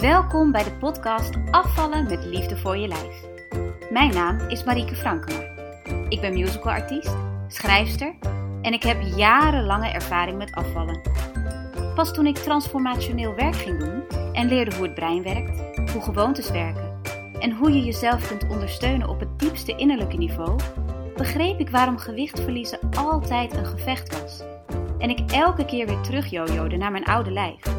Welkom bij de podcast Afvallen met liefde voor je lijf. Mijn naam is Marieke Frankema. Ik ben musicalartiest, schrijfster en ik heb jarenlange ervaring met afvallen. Pas toen ik transformationeel werk ging doen en leerde hoe het brein werkt, hoe gewoontes werken en hoe je jezelf kunt ondersteunen op het diepste innerlijke niveau, begreep ik waarom gewicht verliezen altijd een gevecht was. En ik elke keer weer terugjojo'de naar mijn oude lijf.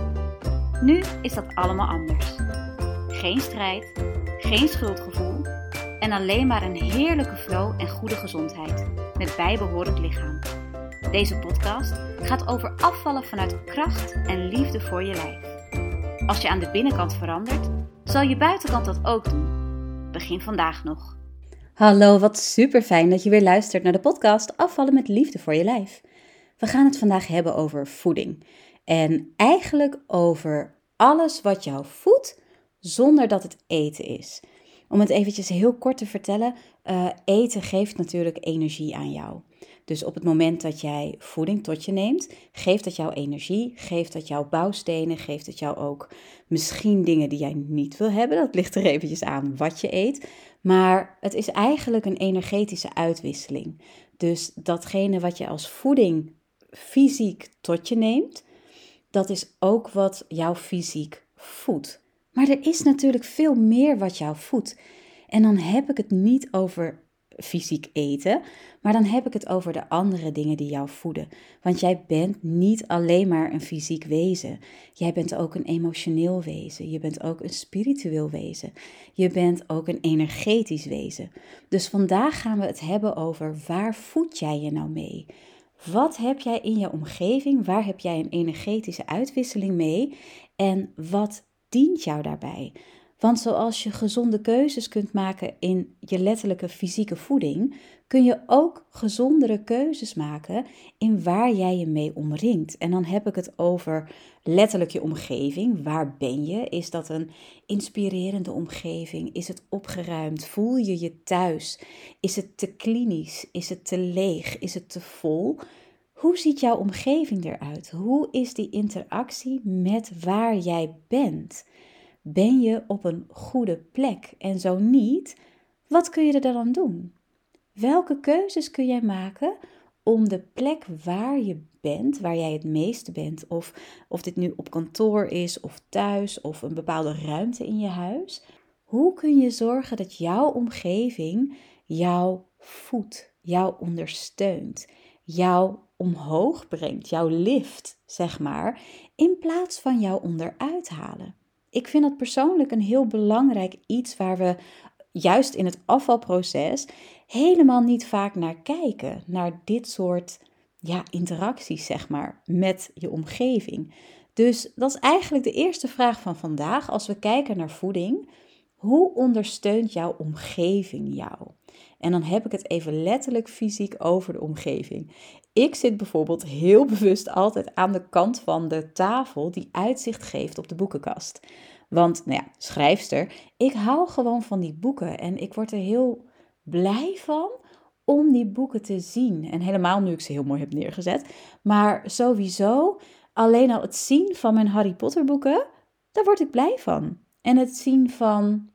Nu is dat allemaal anders. Geen strijd, geen schuldgevoel en alleen maar een heerlijke flow en goede gezondheid met bijbehorend lichaam. Deze podcast gaat over afvallen vanuit kracht en liefde voor je lijf. Als je aan de binnenkant verandert, zal je buitenkant dat ook doen. Begin vandaag nog. Hallo, wat super fijn dat je weer luistert naar de podcast Afvallen met liefde voor je lijf. We gaan het vandaag hebben over voeding. En eigenlijk over alles wat jou voedt zonder dat het eten is. Om het eventjes heel kort te vertellen, eten geeft natuurlijk energie aan jou. Dus op het moment dat jij voeding tot je neemt, geeft dat jou energie, geeft dat jou bouwstenen, geeft het jou ook misschien dingen die jij niet wil hebben. Dat ligt er eventjes aan wat je eet. Maar het is eigenlijk een energetische uitwisseling. Dus datgene wat je als voeding fysiek tot je neemt, dat is ook wat jouw fysiek voedt. Maar er is natuurlijk veel meer wat jou voedt. En dan heb ik het niet over fysiek eten, maar dan heb ik het over de andere dingen die jou voeden. Want jij bent niet alleen maar een fysiek wezen. Jij bent ook een emotioneel wezen. Je bent ook een spiritueel wezen. Je bent ook een energetisch wezen. Dus vandaag gaan we het hebben over waar voed jij je nou mee? Wat heb jij in je omgeving? Waar heb jij een energetische uitwisseling mee? En wat dient jou daarbij? Want zoals je gezonde keuzes kunt maken in je letterlijke fysieke voeding, kun je ook gezondere keuzes maken in waar jij je mee omringt. En dan heb ik het over letterlijk je omgeving. Waar ben je? Is dat een inspirerende omgeving? Is het opgeruimd? Voel je je thuis? Is het te klinisch? Is het te leeg? Is het te vol? Hoe ziet jouw omgeving eruit? Hoe is die interactie met waar jij bent? Ben je op een goede plek? En zo niet, wat kun je er dan aan doen? Welke keuzes kun jij maken om de plek waar je bent, waar jij het meeste bent, of dit nu op kantoor is, of thuis, of een bepaalde ruimte in je huis, hoe kun je zorgen dat jouw omgeving jou voedt, jou ondersteunt, jou omhoog brengt, jou lift, zeg maar, in plaats van jou onderuit halen? Ik vind dat persoonlijk een heel belangrijk iets waar we juist in het afvalproces helemaal niet vaak naar kijken. Naar dit soort interacties, zeg maar, met je omgeving. Dus dat is eigenlijk de eerste vraag van vandaag. Als we kijken naar voeding, hoe ondersteunt jouw omgeving jou? En dan heb ik het even letterlijk fysiek over de omgeving. Ik zit bijvoorbeeld heel bewust altijd aan de kant van de tafel die uitzicht geeft op de boekenkast. Want, schrijfster, ik hou gewoon van die boeken en ik word er heel blij van om die boeken te zien. En helemaal nu ik ze heel mooi heb neergezet. Maar sowieso, alleen al het zien van mijn Harry Potter boeken, daar word ik blij van. En het zien van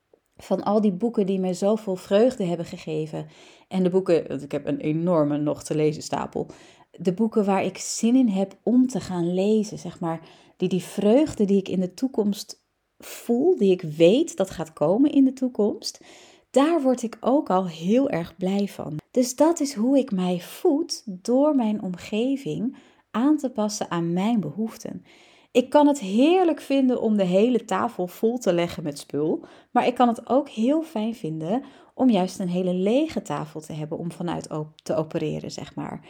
al die boeken die mij zoveel vreugde hebben gegeven. En de boeken, want ik heb een enorme nog te lezen stapel. De boeken waar ik zin in heb om te gaan lezen, zeg maar. Die vreugde die ik in de toekomst voel, die ik weet dat gaat komen in de toekomst. Daar word ik ook al heel erg blij van. Dus dat is hoe ik mij voed door mijn omgeving aan te passen aan mijn behoeften. Ik kan het heerlijk vinden om de hele tafel vol te leggen met spul. Maar ik kan het ook heel fijn vinden om juist een hele lege tafel te hebben om vanuit te opereren, zeg maar.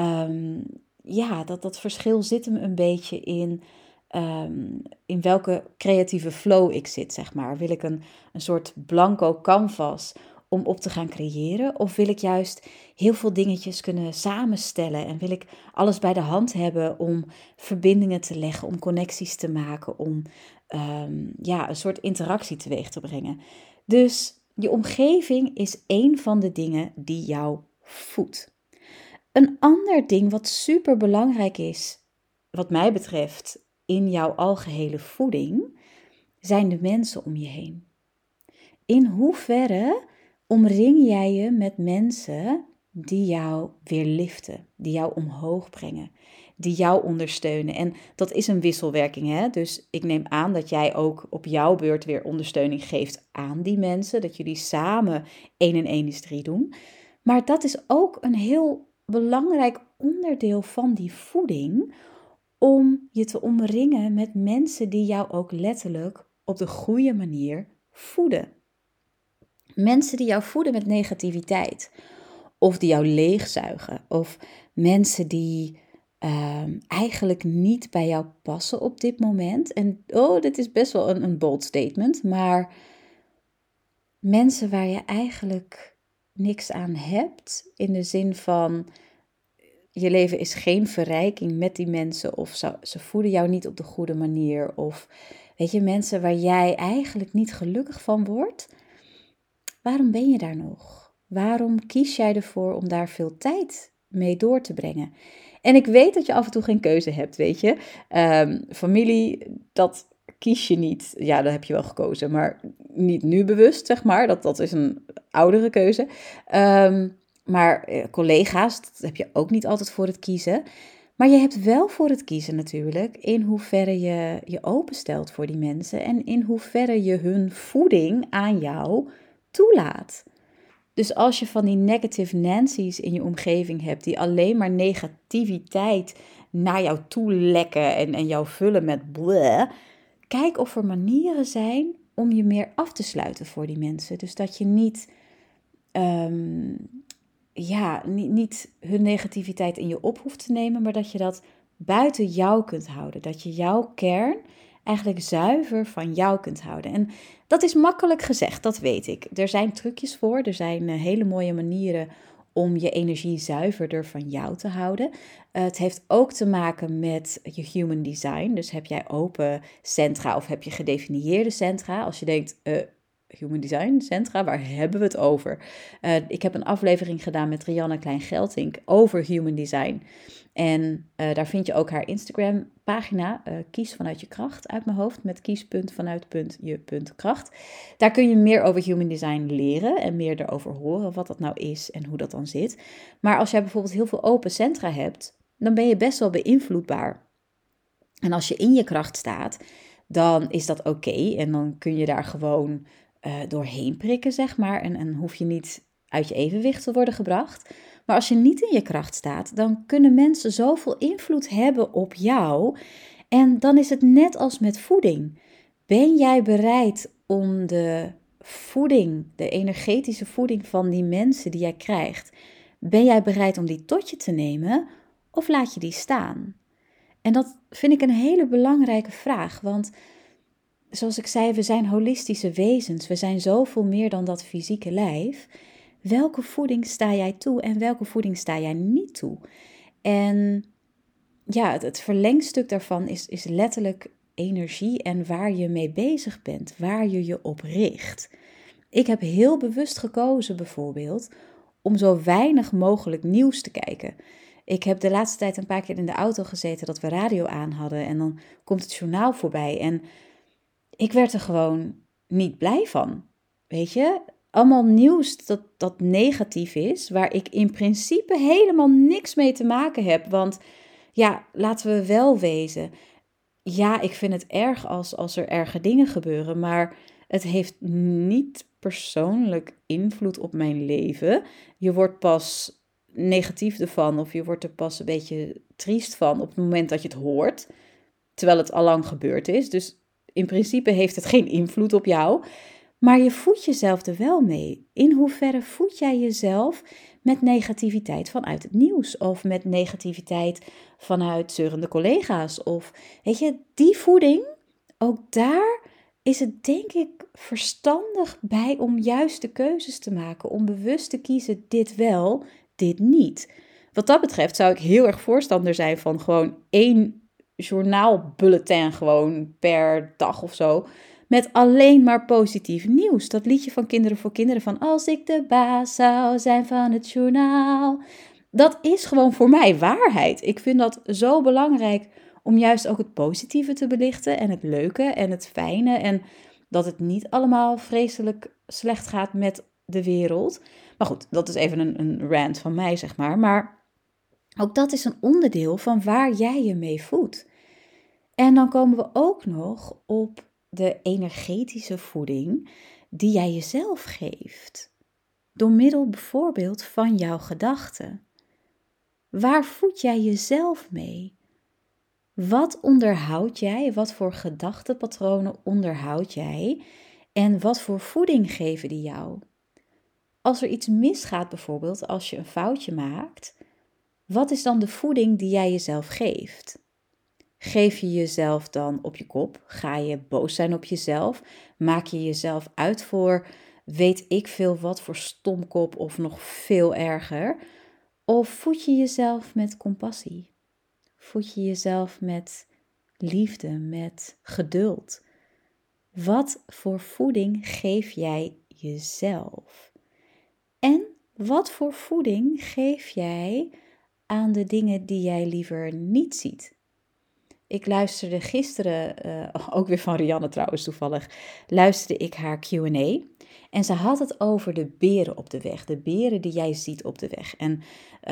Dat verschil zit hem een beetje in welke creatieve flow ik zit, zeg maar. Wil ik een soort blanco canvas om op te gaan creëren? Of wil ik juist heel veel dingetjes kunnen samenstellen? En wil ik alles bij de hand hebben om verbindingen te leggen, om connecties te maken, om een soort interactie teweeg te brengen? Dus je omgeving is één van de dingen die jou voedt. Een ander ding wat super belangrijk is, wat mij betreft, in jouw algehele voeding, zijn de mensen om je heen? In hoeverre omring jij je met mensen die jou weer liften, die jou omhoog brengen, die jou ondersteunen? En dat is een wisselwerking, hè? Dus ik neem aan dat jij ook op jouw beurt weer ondersteuning geeft aan die mensen, dat jullie samen 1 en 1 is 3 doen. Maar dat is ook een heel belangrijk onderdeel van die voeding, om je te omringen met mensen die jou ook letterlijk op de goede manier voeden. Mensen die jou voeden met negativiteit, of die jou leegzuigen, of mensen die eigenlijk niet bij jou passen op dit moment. En dit is best wel een bold statement, maar mensen waar je eigenlijk niks aan hebt, in de zin van je leven is geen verrijking met die mensen, of ze voeden jou niet op de goede manier, of weet je, mensen waar jij eigenlijk niet gelukkig van wordt. Waarom ben je daar nog? Waarom kies jij ervoor om daar veel tijd mee door te brengen? En ik weet dat je af en toe geen keuze hebt, weet je. Familie, dat kies je niet. Ja, dat heb je wel gekozen, maar niet nu bewust, zeg maar. Dat is een oudere keuze. Maar collega's, dat heb je ook niet altijd voor het kiezen. Maar je hebt wel voor het kiezen natuurlijk in hoeverre je je openstelt voor die mensen en in hoeverre je hun voeding aan jou toelaat. Dus als je van die negative Nancy's in je omgeving hebt die alleen maar negativiteit naar jou toe lekken en jou vullen met bleh, kijk of er manieren zijn om je meer af te sluiten voor die mensen. Dus dat je niet hun negativiteit in je op hoeft te nemen, maar dat je dat buiten jou kunt houden. Dat je jouw kern eigenlijk zuiver van jou kunt houden. En dat is makkelijk gezegd, dat weet ik. Er zijn trucjes voor, er zijn hele mooie manieren om je energie zuiverder van jou te houden. Het heeft ook te maken met je human design. Dus heb jij open centra of heb je gedefinieerde centra? Als je denkt, human design centra, waar hebben we het over? Ik heb een aflevering gedaan met Rianne Klein-Geltink over human design. En daar vind je ook haar Instagram pagina, Kies vanuit je kracht, uit mijn hoofd, met kies.vanuit.je.kracht. Daar kun je meer over human design leren en meer erover horen, wat dat nou is en hoe dat dan zit. Maar als jij bijvoorbeeld heel veel open centra hebt, dan ben je best wel beïnvloedbaar. En als je in je kracht staat, dan is dat oké. En dan kun je daar gewoon doorheen prikken, zeg maar. En hoef je niet uit je evenwicht te worden gebracht. Maar als je niet in je kracht staat, dan kunnen mensen zoveel invloed hebben op jou. En dan is het net als met voeding. Ben jij bereid om de voeding, de energetische voeding van die mensen die jij krijgt, ben jij bereid om die tot je te nemen of laat je die staan? En dat vind ik een hele belangrijke vraag, want zoals ik zei, we zijn holistische wezens. We zijn zoveel meer dan dat fysieke lijf. Welke voeding sta jij toe en welke voeding sta jij niet toe? En ja, het verlengstuk daarvan is letterlijk energie en waar je mee bezig bent, waar je je op richt. Ik heb heel bewust gekozen bijvoorbeeld om zo weinig mogelijk nieuws te kijken. Ik heb de laatste tijd een paar keer in de auto gezeten dat we radio aan hadden en dan komt het journaal voorbij en ik werd er gewoon niet blij van, weet je. Allemaal nieuws dat negatief is, waar ik in principe helemaal niks mee te maken heb. Want ja, laten we wel wezen. Ja, ik vind het erg als er erge dingen gebeuren, maar het heeft niet persoonlijk invloed op mijn leven. Je wordt pas negatief ervan of je wordt er pas een beetje triest van op het moment dat je het hoort, terwijl het al lang gebeurd is. Dus in principe heeft het geen invloed op jou. Maar je voedt jezelf er wel mee. In hoeverre voed jij jezelf met negativiteit vanuit het nieuws? Of met negativiteit vanuit zeurende collega's? Of weet je, die voeding, ook daar is het denk ik verstandig bij om juiste keuzes te maken. Om bewust te kiezen, dit wel, dit niet. Wat dat betreft zou ik heel erg voorstander zijn van gewoon 1 journaalbulletin gewoon per dag of zo. Met alleen maar positief nieuws. Dat liedje van Kinderen voor Kinderen van als ik de baas zou zijn van het journaal. Dat is gewoon voor mij waarheid. Ik vind dat zo belangrijk om juist ook het positieve te belichten en het leuke en het fijne en dat het niet allemaal vreselijk slecht gaat met de wereld. Maar goed, dat is even een rant van mij, zeg maar. Maar ook dat is een onderdeel van waar jij je mee voedt. En dan komen we ook nog op de energetische voeding die jij jezelf geeft. Door middel bijvoorbeeld van jouw gedachten. Waar voed jij jezelf mee? Wat onderhoud jij? Wat voor gedachtenpatronen onderhoud jij? En wat voor voeding geven die jou? Als er iets misgaat bijvoorbeeld, als je een foutje maakt, wat is dan de voeding die jij jezelf geeft? Geef je jezelf dan op je kop? Ga je boos zijn op jezelf? Maak je jezelf uit voor weet ik veel wat voor stomkop of nog veel erger? Of voed je jezelf met compassie? Voed je jezelf met liefde, met geduld? Wat voor voeding geef jij jezelf? En wat voor voeding geef jij aan de dingen die jij liever niet ziet? Ik luisterde gisteren, ook weer van Rianne trouwens toevallig, luisterde ik haar Q&A. En ze had het over de beren op de weg, de beren die jij ziet op de weg. En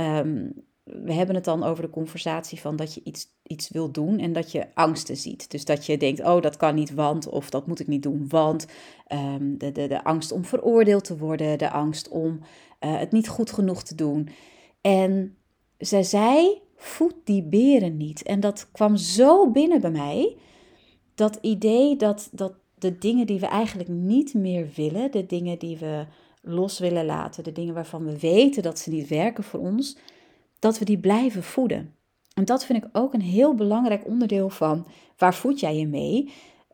we hebben het dan over de conversatie van dat je iets wil doen en dat je angsten ziet. Dus dat je denkt, oh dat kan niet want, of dat moet ik niet doen want. De angst om veroordeeld te worden, de angst om het niet goed genoeg te doen. En zij zei, voed die beren niet. En dat kwam zo binnen bij mij, dat idee dat de dingen die we eigenlijk niet meer willen, de dingen die we los willen laten, de dingen waarvan we weten dat ze niet werken voor ons, dat we die blijven voeden. En dat vind ik ook een heel belangrijk onderdeel van waar voed jij je mee?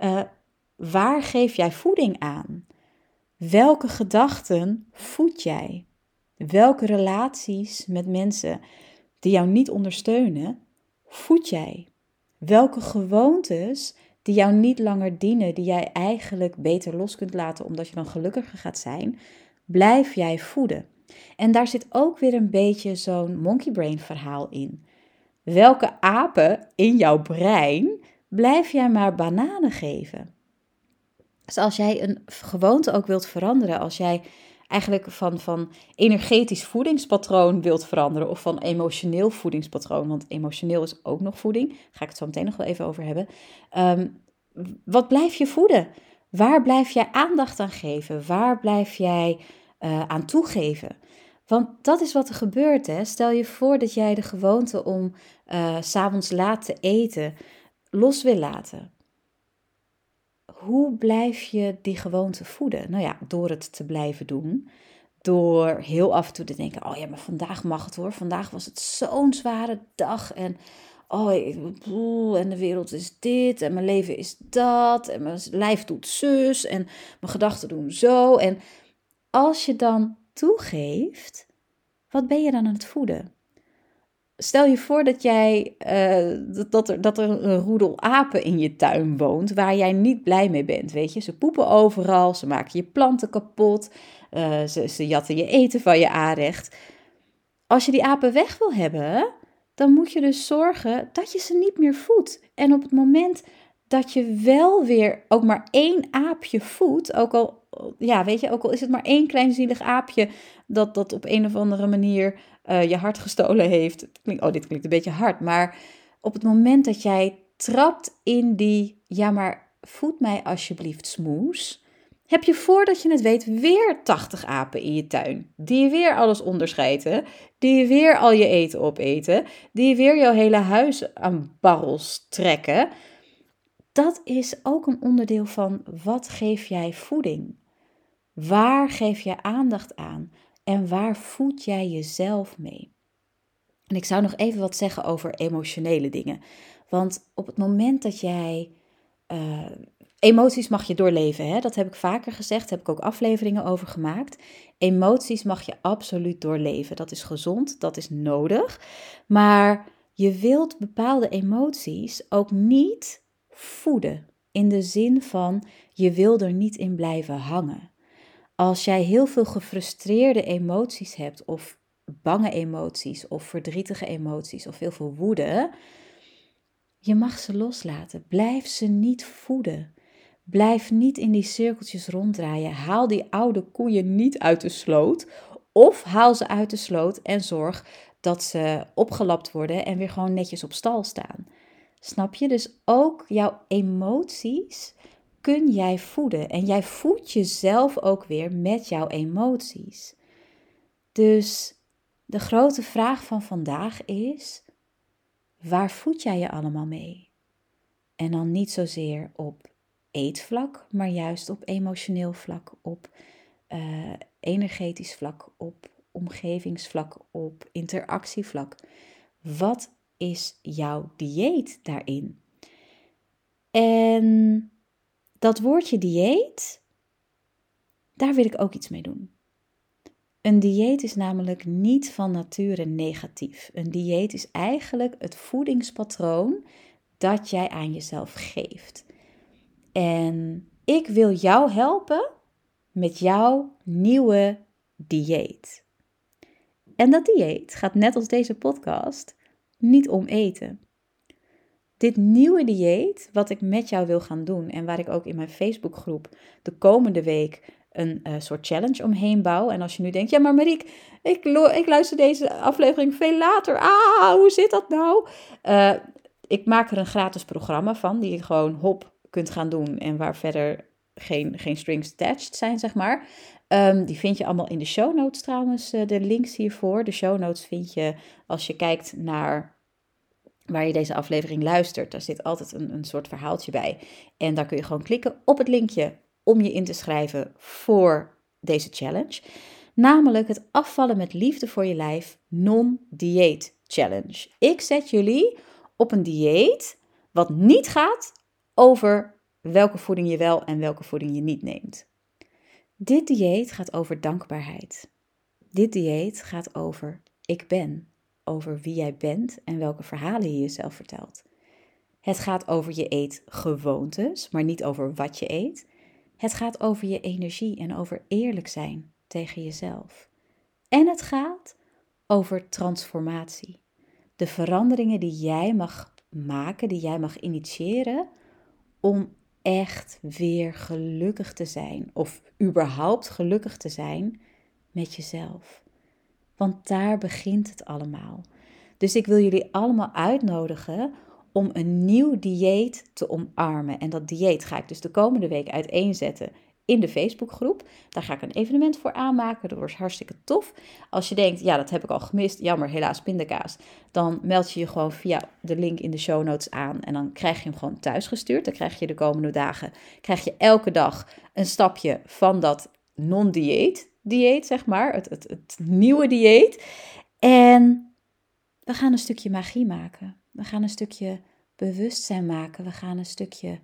Waar geef jij voeding aan? Welke gedachten voed jij? Welke relaties met mensen die jou niet ondersteunen, voed jij? Welke gewoontes die jou niet langer dienen, die jij eigenlijk beter los kunt laten omdat je dan gelukkiger gaat zijn, blijf jij voeden? En daar zit ook weer een beetje zo'n monkey brain verhaal in. Welke apen in jouw brein blijf jij maar bananen geven? Dus als jij een gewoonte ook wilt veranderen, als jij eigenlijk van energetisch voedingspatroon wilt veranderen of van emotioneel voedingspatroon, want emotioneel is ook nog voeding, daar ga ik het zo meteen nog wel even over hebben. Wat blijf je voeden? Waar blijf jij aandacht aan geven? Waar blijf jij aan toegeven? Want dat is wat er gebeurt, hè. Stel je voor dat jij de gewoonte om 's avonds laat te eten los wil laten. Hoe blijf je die gewoonte voeden? Nou ja, door het te blijven doen. Door heel af en toe te denken, oh ja, maar vandaag mag het hoor. Vandaag was het zo'n zware dag en en de wereld is dit en mijn leven is dat en mijn lijf doet zus en mijn gedachten doen zo. En als je dan toegeeft, wat ben je dan aan het voeden? Stel je voor dat jij dat er een roedel apen in je tuin woont waar jij niet blij mee bent, weet je. Ze poepen overal, ze maken je planten kapot, ze jatten je eten van je aanrecht. Als je die apen weg wil hebben, dan moet je dus zorgen dat je ze niet meer voedt. En op het moment dat je wel weer ook maar één aapje voedt, ook al is het maar één klein zielig aapje dat op een of andere manier je hart gestolen heeft. Dit klinkt een beetje hard, maar op het moment dat jij trapt in die, ja maar voed mij alsjeblieft smoes, heb je voordat je het weet weer 80 apen in je tuin, die weer alles onderscheiden, die weer al je eten opeten, die weer jouw hele huis aan barrels trekken. Dat is ook een onderdeel van wat geef jij voeding? Waar geef je aandacht aan? En waar voed jij jezelf mee? En ik zou nog even wat zeggen over emotionele dingen. Want op het moment dat jij emoties mag je doorleven, hè? Dat heb ik vaker gezegd, daar heb ik ook afleveringen over gemaakt. Emoties mag je absoluut doorleven. Dat is gezond, dat is nodig. Maar je wilt bepaalde emoties ook niet voeden. In de zin van, je wil er niet in blijven hangen. Als jij heel veel gefrustreerde emoties hebt, of bange emoties, of verdrietige emoties, of heel veel woede, Je mag ze loslaten. Blijf ze niet voeden. Blijf niet in die cirkeltjes ronddraaien. Haal die oude koeien niet uit de sloot. Of haal ze uit de sloot en zorg dat ze opgelapt worden en weer gewoon netjes op stal staan. Snap je? Dus ook jouw emoties kun jij voeden. En jij voedt jezelf ook weer met jouw emoties. Dus de grote vraag van vandaag is: waar voed jij je allemaal mee? En dan niet zozeer op eetvlak, maar juist op emotioneel vlak, op energetisch vlak, op omgevingsvlak, op interactievlak. Wat is jouw dieet daarin? En dat woordje dieet, daar wil ik ook iets mee doen. Een dieet is namelijk niet van nature negatief. Een dieet is eigenlijk het voedingspatroon dat jij aan jezelf geeft. En ik wil jou helpen met jouw nieuwe dieet. En dat dieet gaat net als deze podcast niet om eten. Dit nieuwe dieet, wat ik met jou wil gaan doen en waar ik ook in mijn Facebookgroep de komende week een soort challenge omheen bouw. En als je nu denkt, ja maar Marieke, ik luister deze aflevering veel later. Hoe zit dat nou? Ik maak er een gratis programma van, die je gewoon kunt gaan doen en waar verder geen strings attached zijn, zeg maar. Die vind je allemaal in de show notes trouwens, de links hiervoor. De show notes vind je als je kijkt naar waar je deze aflevering luistert. Daar zit altijd een soort verhaaltje bij. En daar kun je gewoon klikken op het linkje om je in te schrijven voor deze challenge. Namelijk het afvallen met liefde voor je lijf non-dieet challenge. Ik zet jullie op een dieet wat niet gaat over welke voeding je wel en welke voeding je niet neemt. Dit dieet gaat over dankbaarheid. Dit dieet gaat over ik ben. Over wie jij bent en welke verhalen je jezelf vertelt. Het gaat over je eetgewoontes, maar niet over wat je eet. Het gaat over je energie en over eerlijk zijn tegen jezelf. En het gaat over transformatie. De veranderingen die jij mag maken, die jij mag initiëren om echt weer gelukkig te zijn of überhaupt gelukkig te zijn met jezelf. Want daar begint het allemaal. Dus ik wil jullie allemaal uitnodigen om een nieuw dieet te omarmen. En dat dieet ga ik dus de komende week uiteenzetten in de Facebookgroep. Daar ga ik een evenement voor aanmaken. Dat wordt hartstikke tof. Als je denkt, ja, dat heb ik al gemist. Jammer, helaas pindakaas. Dan meld je je gewoon via de link in de show notes aan. En dan krijg je hem gewoon thuis gestuurd. Dan krijg je de komende dagen, krijg je elke dag een stapje van dat non-dieet, zeg maar. Het nieuwe dieet. En we gaan een stukje magie maken. We gaan een stukje bewustzijn maken. We gaan een stukje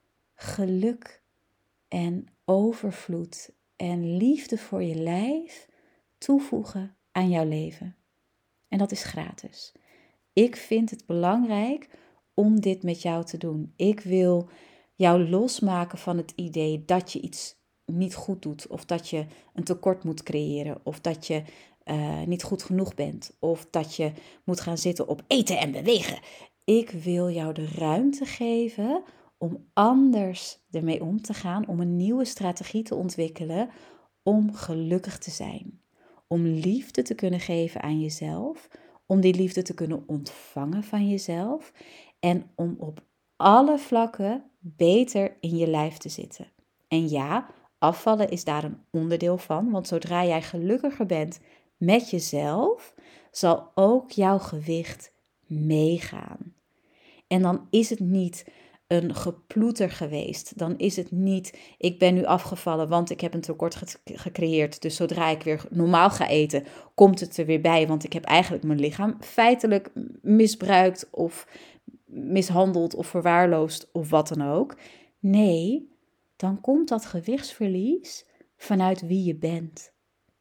geluk en overvloed en liefde voor je lijf toevoegen aan jouw leven. En dat is gratis. Ik vind het belangrijk om dit met jou te doen. Ik wil jou losmaken van het idee dat je iets niet goed doet, of dat je een tekort moet creëren, of dat je niet goed genoeg bent, of dat je moet gaan zitten op eten en bewegen. Ik wil jou de ruimte geven om anders ermee om te gaan, om een nieuwe strategie te ontwikkelen, om gelukkig te zijn. Om liefde te kunnen geven aan jezelf, om die liefde te kunnen ontvangen van jezelf en om op alle vlakken beter in je lijf te zitten. En ja, afvallen is daar een onderdeel van, want zodra jij gelukkiger bent met jezelf, zal ook jouw gewicht meegaan. En dan is het niet een geploeter geweest. Dan is het niet, ik ben nu afgevallen, want ik heb een tekort gecreëerd. Dus zodra ik weer normaal ga eten, komt het er weer bij. Want ik heb eigenlijk mijn lichaam feitelijk misbruikt of mishandeld of verwaarloosd of wat dan ook. Nee, dan komt dat gewichtsverlies vanuit wie je bent.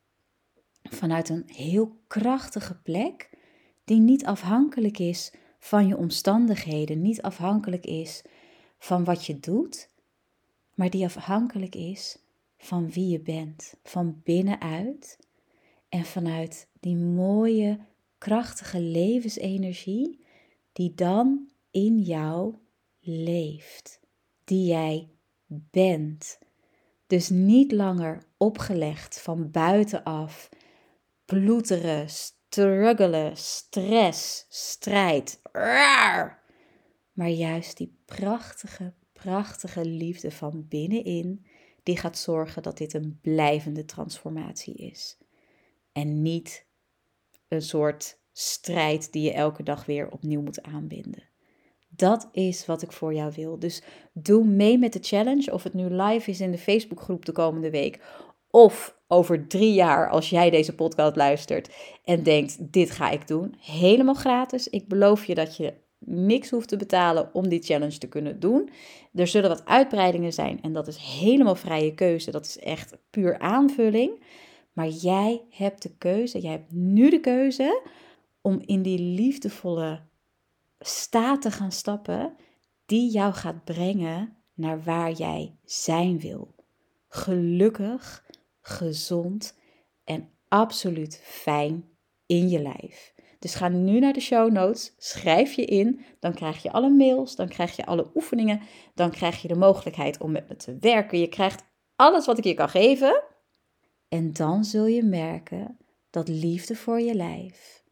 Vanuit een heel krachtige plek die niet afhankelijk is van je omstandigheden, niet afhankelijk is van wat je doet, maar die afhankelijk is van wie je bent, van binnenuit en vanuit die mooie, krachtige levensenergie die dan in jou leeft, die jij bent. Dus niet langer opgelegd van buitenaf, ploeteren, struggelen, stress, strijd, raar. Maar juist die prachtige liefde van binnenin, die gaat zorgen dat dit een blijvende transformatie is. En niet een soort strijd die je elke dag weer opnieuw moet aanbinden. Dat is wat ik voor jou wil. Dus doe mee met de challenge, of het nu live is in de Facebookgroep de komende week, of over 3 jaar als jij deze podcast luistert en denkt, dit ga ik doen. Helemaal gratis. Ik beloof je dat je niks hoeft te betalen om die challenge te kunnen doen. Er zullen wat uitbreidingen zijn en dat is helemaal vrije keuze. Dat is echt puur aanvulling. Maar jij hebt de keuze, jij hebt nu de keuze om in die liefdevolle staat te gaan stappen die jou gaat brengen naar waar jij zijn wil. Gelukkig, gezond en absoluut fijn in je lijf. Dus ga nu naar de show notes, schrijf je in, dan krijg je alle mails, dan krijg je alle oefeningen, dan krijg je de mogelijkheid om met me te werken. Je krijgt alles wat ik je kan geven. En dan zul je merken dat liefde voor je lijf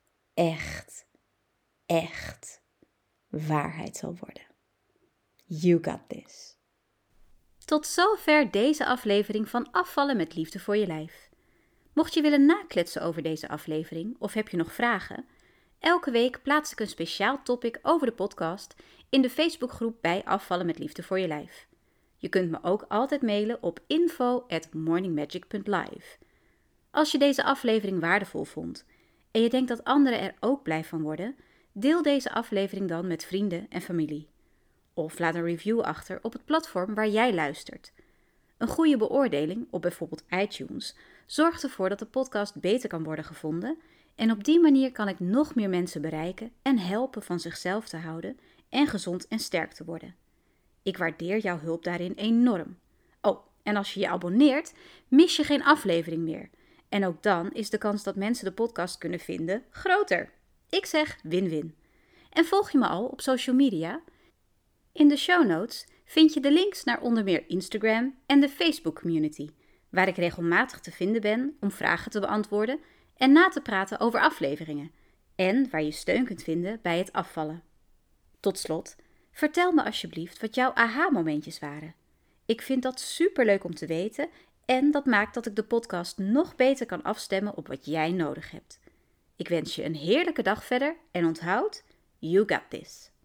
echt waarheid zal worden. You got this. Tot zover deze aflevering van Afvallen met Liefde voor je lijf. Mocht je willen nakletsen over deze aflevering of heb je nog vragen, elke week plaats ik een speciaal topic over de podcast in de Facebookgroep bij Afvallen met Liefde voor je lijf. Je kunt me ook altijd mailen op info@morningmagic.live. Als je deze aflevering waardevol vond en je denkt dat anderen er ook blij van worden, deel deze aflevering dan met vrienden en familie. Of laat een review achter op het platform waar jij luistert. Een goede beoordeling op bijvoorbeeld iTunes zorgt ervoor dat de podcast beter kan worden gevonden en op die manier kan ik nog meer mensen bereiken en helpen van zichzelf te houden en gezond en sterk te worden. Ik waardeer jouw hulp daarin enorm. Oh, en als je je abonneert, mis je geen aflevering meer. En ook dan is de kans dat mensen de podcast kunnen vinden groter. Ik zeg win-win. En volg je me al op social media? In de show notes vind je de links naar onder meer Instagram en de Facebook community, waar ik regelmatig te vinden ben om vragen te beantwoorden en na te praten over afleveringen. En waar je steun kunt vinden bij het afvallen. Tot slot, vertel me alsjeblieft wat jouw aha-momentjes waren. Ik vind dat superleuk om te weten en dat maakt dat ik de podcast nog beter kan afstemmen op wat jij nodig hebt. Ik wens je een heerlijke dag verder en onthoud, you got this.